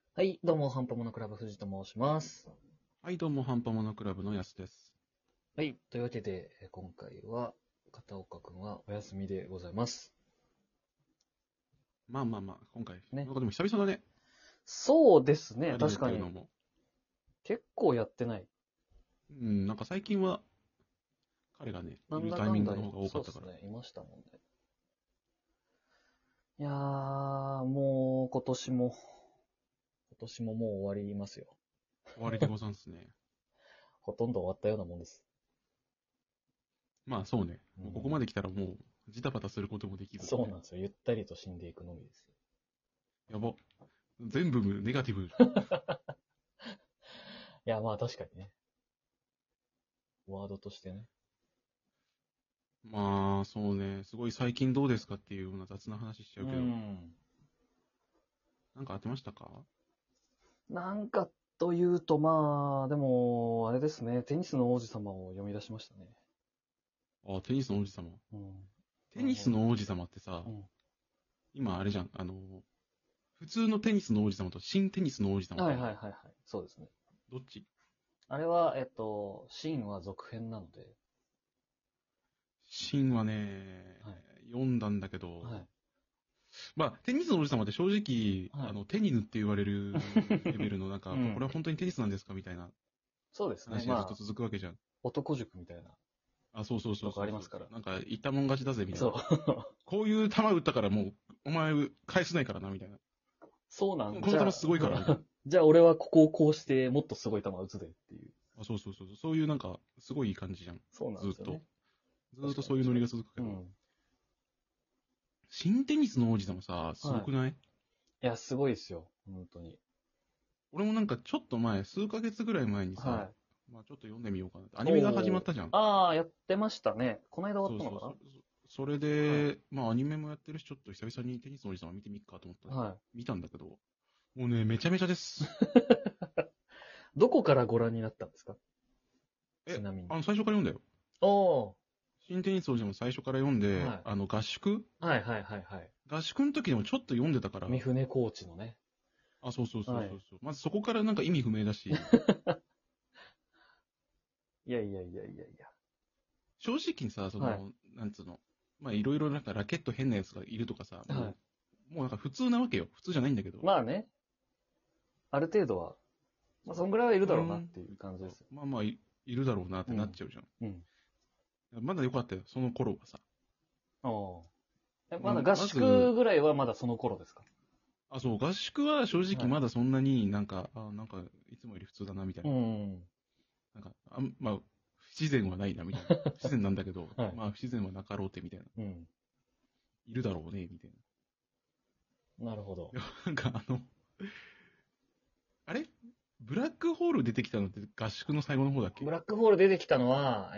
はい、どうも、ハンパモノクラブ藤と申します。 はい、どうも、ハンパモノクラブのやすです。 はい、というわけで、今回は、片岡くんはお休みでございます。 まあまあまあ、今回、 ね。 なんかでも久々だね。 そうですね、 二人でっ確かに。 ていうのも。 結構やってない。 うん、なんか最近は、彼がね、 なんいるだかんだ、 タイミングの方が多かったから。 そうですね、いましたもんね。いやー、もう、今年ももう終わりますよ。 終わりでござんすね。 ほとんど終わったようなもんです。 まあそうね。 うん。 もうここまで来たらもう、ジタバタすることもできずってね。 そうなんですよ。ゆったりと死んでいくのみですやば。全部ネガティブ。 よ。いや、まあ確かにね。ワードとしてね。 まあ、そうね。すごい最近どうですかっていうような雑な話しちゃううけど。 ん。 なんか当てましたか？ なんかというと、まあ、でも、あれですね、テニスの王子様を読み出しましたね。 あ、テニスの王子様。 うん。 テニスの王子様ってさ、 うん。 今あれじゃん。普通のテニスの王子様と新テニスの王子様ってあるじゃん。 はいはいはいはい。そうですね。 どっち？ あれは、シンは続編なので、 シンはね、 はい。 読んだんだけど、 はい。 まあ、テニスの王子様って正直、 はい。 テニヌって言われるレベルの、なんか、これうん。 は本当にテニスなんですかみたいなそうですね。 話がずっとまあ、 続くわけじゃん。 男塾みたいなあ、そうそうそとこうそうそう。 ありますから。 なんか、言ったもん勝ちだぜ、みたいそな。 う。 こういう球打ったからもう、お前返せないからな、みたいな。 そうなこんじゃの球すごいから、みたいな。 じゃあ俺はここをこうしてもっとすごい球打つでっていう。 あ、そうそうそうそう。そういうなんか、すごいいい感じじゃん。 そうなんずっと。 ですよね。 ずっ確とそういうノリかに確かに。 が続くけど。 うん。 新テニスの王子様さ、すごはい。 くない？ いや、すごいですよ。本当に。 俺もなんかちょっと前、数ヶ月ぐらい前にさ、 はい。 まあちょっと読んでみようかなって。アニメが始まおー。 ったじゃん。 ああ、やってましたね。この間終わっそうそう、 たのかそれな？はい。 で、まあアニメもやってるし、ちょっと久々にテニスの王子様見てみっかと思ったら、 は見たんだけど、もうね、めちゃめちゃです。 い。どこからご覧になったんですか？ちえ、 なみに。 最初から読んだよ。 おー。 新テニス王子様最初から読んで、 は合宿い。はいはいはいはい。 合宿の時でもちょっと読んでたから、 三船コーチのね。 あ、そうそうそうはい。 そうそう。まずそこからなんか意味不明だし、 いやいやいやいやい正直さ、 や。はい。 なんつうの、まあいろいろなんかラケット変なやつがいるとかさ、 はい。 もうなんか普通なわけよ。普通じゃないんだけど。 まあね、ある程度は、まあそんぐらいはいるだろうなっうーん。 ていう感じそうですよ。 まあまあいるだろうなってなっうん。 ちゃうじゃん。 うん。 まだよかったよ、その頃はさ。 おー。 まあ、 まだ合まず、 宿ぐらいはまだその頃ですか？ あ、そう、合宿は正直はい。 まだそんなになんか、なんか、いつもより普通だな、みたいうな。 ん。 なんか、まあ、不自然はないな、みたいな。不自然なんだけど、 はい。 まあ、不自然はなかろうて、みたいな。 うん。 いるだろうね、みたいなるほど。 な。なんかあれブラックホール出てきたのって合宿の最後の方だっけ？ ブラックホール出てきたのは、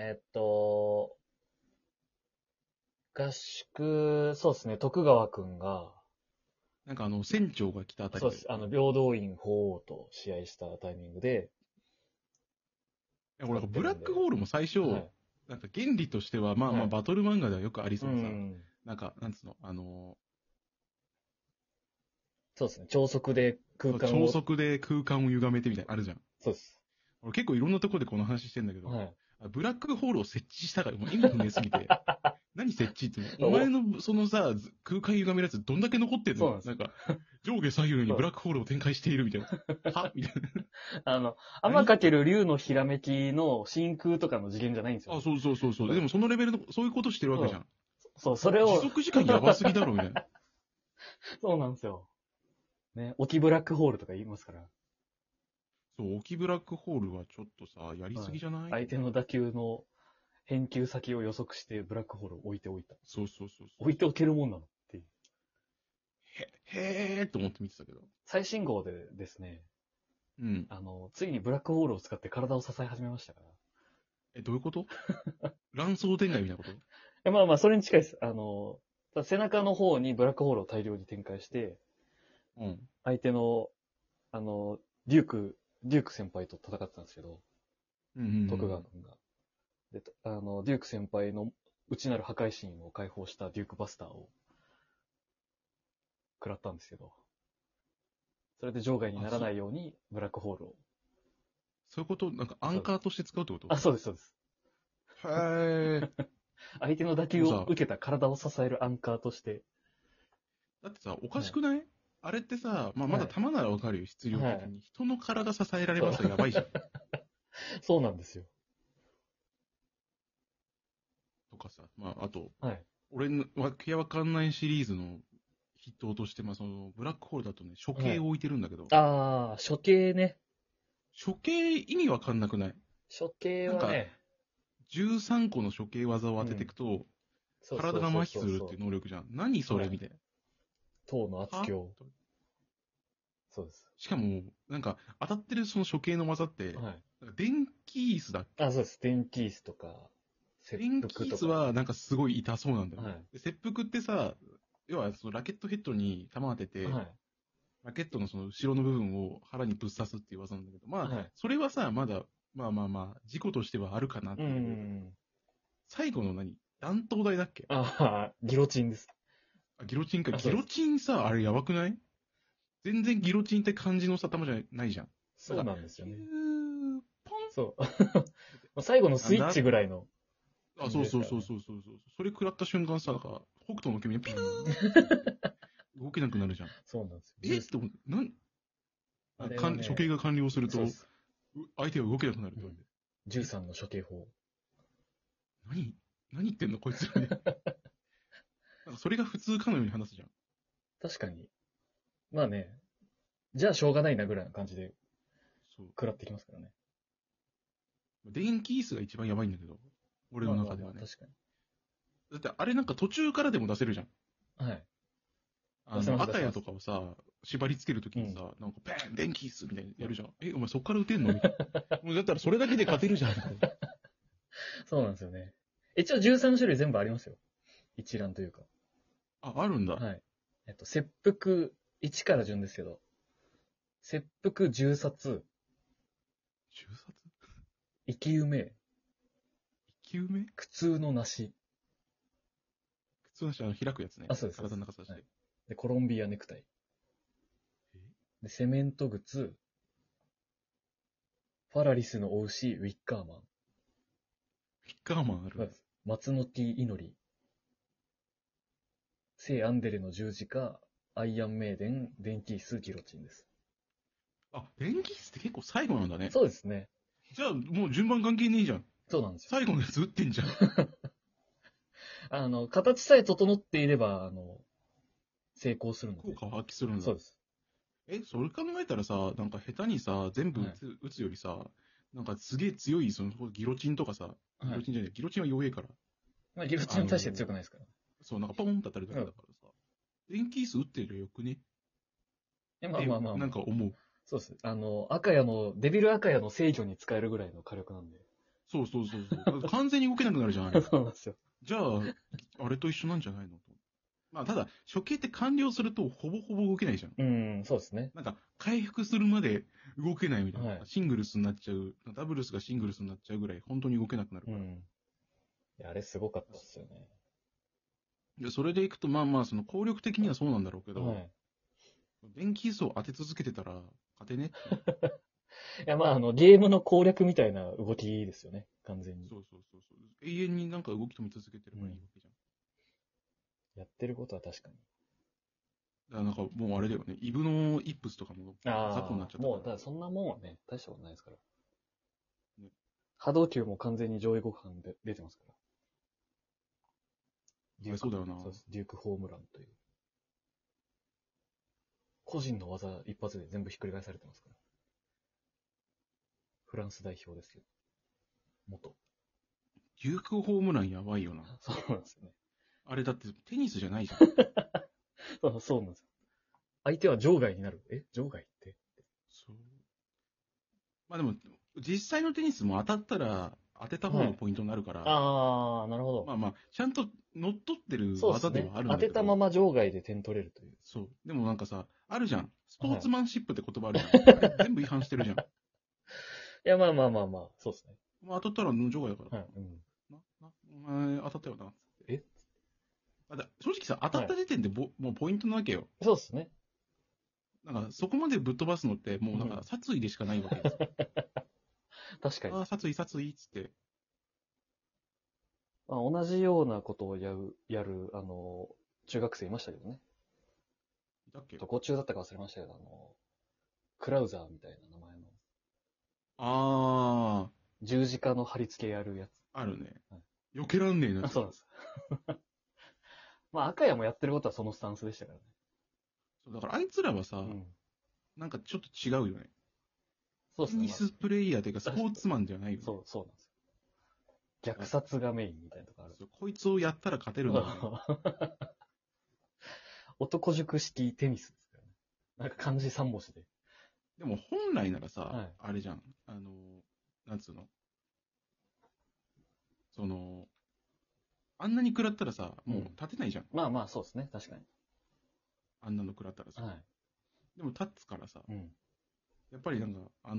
合宿、そうですね、徳川くんが、 なんか船長が来たあたりそうです。 だよね。 平等院鳳凰と試合したタイミングで使っ俺なんかブラッてるんで、 クホールも最初、 はい。 なんか原理としては、まあまあはい。 バトル漫画ではよくありうそうなさ、 ん。 なんか、なんつうの、 そうですね。超速で空間を、 超速で空間を歪めてみたいなのあるじゃん。 そうです。 俺結構いろんなところでこの話してんだけど、 はい。 ブラックホールを設置したからもう意味不明すぎて、何設置っていうのお前お、 のそのさ、空間歪めるやつどんだけ残ってんのそうなんです。 なんか、上下左右にそう。 ブラックホールを展開しているみたいな。はみたいな。 天か何って。 ける竜のひらめきの真空とかの次元じゃないんですよあ、 ね。 そうそうそうそう。 そう。 でもそのレベルの、そういうことしてるわそう。 けじゃん。 そう、それ持を続時間やばすぎだろ、みたいな。 そうなんですよ。ね。沖ブラックホールとか言いますから。 そう、沖ブラックホールはちょっとさ、やりはい。 すぎじゃない？ 相手の打球の返球先を予測してブラックホールを置いておいた。 そうそうそうそう置いておそう。 けるもんなのっていう。 へーって思って見てたけど。 最新号でですね、 うん。 ついにブラックホールを使って体を支え始めましたから。 どういうこと？乱走展開みたいなこと？ まあまあ、それに近いです。背中の方にブラックホールを大量に展開して、 うん。 相手の、あの、デューク先輩と戦ってたんですけど、 うんうんうん。 徳川君が。で、デューク先輩の内なる破壊神を解放したデュークバスターを食らったんですけど、 それで場外にならないように、ブラックホールを。 そういうこと、なんかアンカーとして使うってこと？ あ、そうです、そうです。 へえ。 相手の打球を受けた体を支えるアンカーとして。 だってさ、おかしくない？あれってさ、まあ、まだはい球ならわかるよ、質量的に。 はい人の体支えられますとやばいじゃん。 そうなんですよ。 とかさ、まあ、あと、 はい。 俺のわけわかんないシリーズの筆頭として、まあ、その、ブラックホールだとね、処刑を置いてるんだけど、 あー、処刑ね。 処刑意味わかんなくない？ 処刑なんか、 はね、 13個の処刑技を当てていうん。 くと、 そうそうそう体が麻痺そうそするっていう能力じゃん。何そう。はい。 れみたいな。 塔の圧は強。そうです。 しかも、なんか、当たってるその処刑の技って、 はい。 なんか電気椅子だっけ？ あ、そうです。電気椅子とか、切電気椅子腹とか。 はなんかすごい痛そうなんだよね。 はい。 で切腹ってさ、要はそのラケットヘッドに弾当てて、 はい。 ラケットのその後ろの部分を腹にぶっ刺すっていう技なんだけど、まあ、 はい。 それはさ、まだ、まあまあまあ、事故としてはあるかなっうていうレベルだけど、 ん。 最後の弾頭台だっけ？ あギロチンです。 あ、ギロチンか。 あ、そうです。 ギロチンさ、あれやばくない？全然ギロチンって感じのさ、弾じゃないじゃん。なんそうか、ヒュなんですよね。 ー、ポそう。最後のスイッチぐらいのン。あ、 感じそうですからね。 そうそうそうそうそう。それ食らった瞬間さ、なんか、北斗の拳みたいにピルうん、 ーって動けなくなるじゃん。 そうなんですよ。 えって思う。 あれはね、 処刑が完了すると、 そうです。 相手が動けなくなるってうん。 言われて。え、 13の処刑法。 何何言ってんのこいつらね。なんかそれが普通かのように話すじゃん。 確かに。まあね、じゃあしょうがないなぐらいの感じでそう。 食らってきますからね。 電気椅子が一番やばいんだけど、俺まあまあまあ、 の中ではね。 確かだってあれなんか途中からでも出せるじゃん。 に。はい。出せます、出赤谷せます。 とかをさ、縛り付けるときにさ、 うん。 なんかペーン電気椅子みたいにやるじゃん。え、お前そっから撃てんのみたいな。もうだったらそれだけで勝てるじゃん。みたいな。 そうなんですよね。一応13種類全部ありますよ。一覧というか。 あ、あるんだ。 はい。切腹1から順ですけど、切腹銃殺、 銃殺？ 生き埋め、 生き埋め？ 苦痛のなし。 普通の人開くやつね。 あ、そうです。 体の中さして。 はい。で、コロンビアネクタイ。 えで、セメント靴、ファラリスの雄牛、ウィッカーマン。 ピッカーマンあるんだ。 そうです。松の木祈り。聖アンデレの十字架、アイアンメイデン、電気椅子、ギロチンです。 あ、電気椅子って結構最後なんだね。 そうですね。 じゃあもう順番関係ねえじゃん。 そうなんですよ。 最後のやつ撃ってんじゃん。 形さえ整っていれば、成功するので。 効果を発揮するんだそう。です。 え、それ考えたらさ、なんか下手にさ、全部撃つよりさ、なんかすげえ強い、そのギロチンとかさ、ギロチンじゃない、ギロチンは弱いから。 まあ、ギロチンは大して強くないですから。 そう、なんかポンって当たるだけだからさ、電気椅子撃ってるよくね？ まあまあまあ、 なんか思う。 そうです。デビル赤谷の制御に使えるぐらいの火力なんで。 そうそうそうそう。完全に動けなくなるじゃん、あれ。 そうなんですよ。 じゃあ、あれと一緒なんじゃないのと。まあ、ただ、処刑って完了すると、ほぼほぼ動けないじゃん。 うん、そうですね。 なんか、回復するまで動けないみたいな。 はいシングルスになっちゃう。ダブルスがシングルスになっちゃうぐらい、本当に動けなくなるから。 うん。いや、あれすごかったっすよね。 で、それでいくと、まあまあ、その効力的にはそうなんだろうけど、 はい。 電気椅子を当て続けてたら、勝てね。 いや、まあ、ゲームの攻略みたいな動きですよね。完全に。 そうそうそうそう。永遠になんか動き止め続けてればいいわけじゃん。 やってることは確かに。 だからなんかもうあれだよね。イブのイップスとかも雑魚になっちゃったから。 もう、ただそんなもんはね、大したことないですから。 ね波動球も完全に上位互換で出てますから。 そうだよな。 そうです。デュークホームランという。個人の技一発で全部ひっくり返されてますから。フランス代表ですけど。元。 デュークホームランやばいよな。 そうなんですよね。 あれだってテニスじゃないじゃん。 そうなんですよ。相手は場外になる。場外って。 そう。まあでも、実際のテニスも当たったら当てた方のポイントになるから、 あー、なるほど。 まあまあ、ちゃんと乗っ取ってるそうですね技ではあるんだけど。 当てたまま場外で点取れるという。 そう。でもなんかさ、あるじゃん。スポーツマンシップって言葉あるじゃん。あれ全部違反してるじゃん。 いや、まあまあまあまあ、そうですね。 まあ当たったら場外だから。 はい。うん。 お前当たったよな。 え正直さ、当たった時点でもうポイントなわけよ。 そうですね。 なんかそこまでぶっ飛ばすのって、もうなんか殺意でしかないわけですよ。 確かに。 ああ、殺意殺意っつって。 まあ、同じようなことをやる、中学生いましたけどね。 だっけ？ どこ中だったか忘れましたけど、クラウザーみたいな名前の、 あ十字架の貼り付けやるやつ。 あ、あるね。 はい避けらんねえな。 あ、そうなんです。まあ、赤谷もやってることはそのスタンスでしたからね。 そうだからあいつらはさ、 うん。 なんかちょっと違うよね。 そうですね。 テニスプレイヤーというかスポーツマンじゃないよね。 そうなんですよ。虐殺がメインみたいなとこある。 そうこいつをやったら勝てるんだよね。 男塾式テニスですからね。なんか漢字3文字で。 でも本来ならさ、 はいあれじゃん。なんつうの。その、あんなに食らったらさ、もう立てないじゃん。 まあまあ、そうですね。確かに。 あんなの食らったらさ。 はい。 でも立つからさ、 うん。 やっぱりなんか、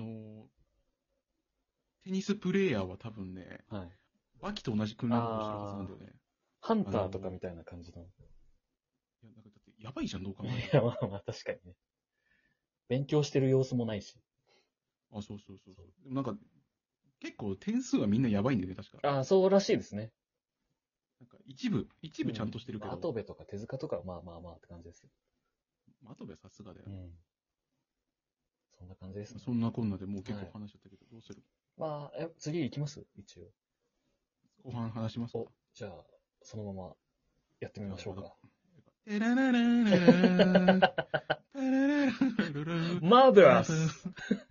テニスプレイヤーは多分ね、 はい。 バキと同じ訓練方法してるはずなんだよね。 ハンターとかみたいな感じの。 いや、なんかだって、やばいじゃん、どう考いえたら。 や、まあまあ、確かにね。勉強してる様子もないし。 あ、そうそうそうそう。でもなんか、結構点数はみんなやばいんだよね、確か。 ああ、そうらしいですね。 なんか一部ちゃんとしてるけど。 まあ跡部とか手塚とかはまあまあまあって感じですよ。 あとでさすがだよう。ん。そんな感じですね。 そんなこんなでもう結構話しちゃったけど、どうする？ まあ、次行きます一応。 後半話しますか？ お、じゃあ、そのままやってみましょうか。 テララララララタララララララマーベラス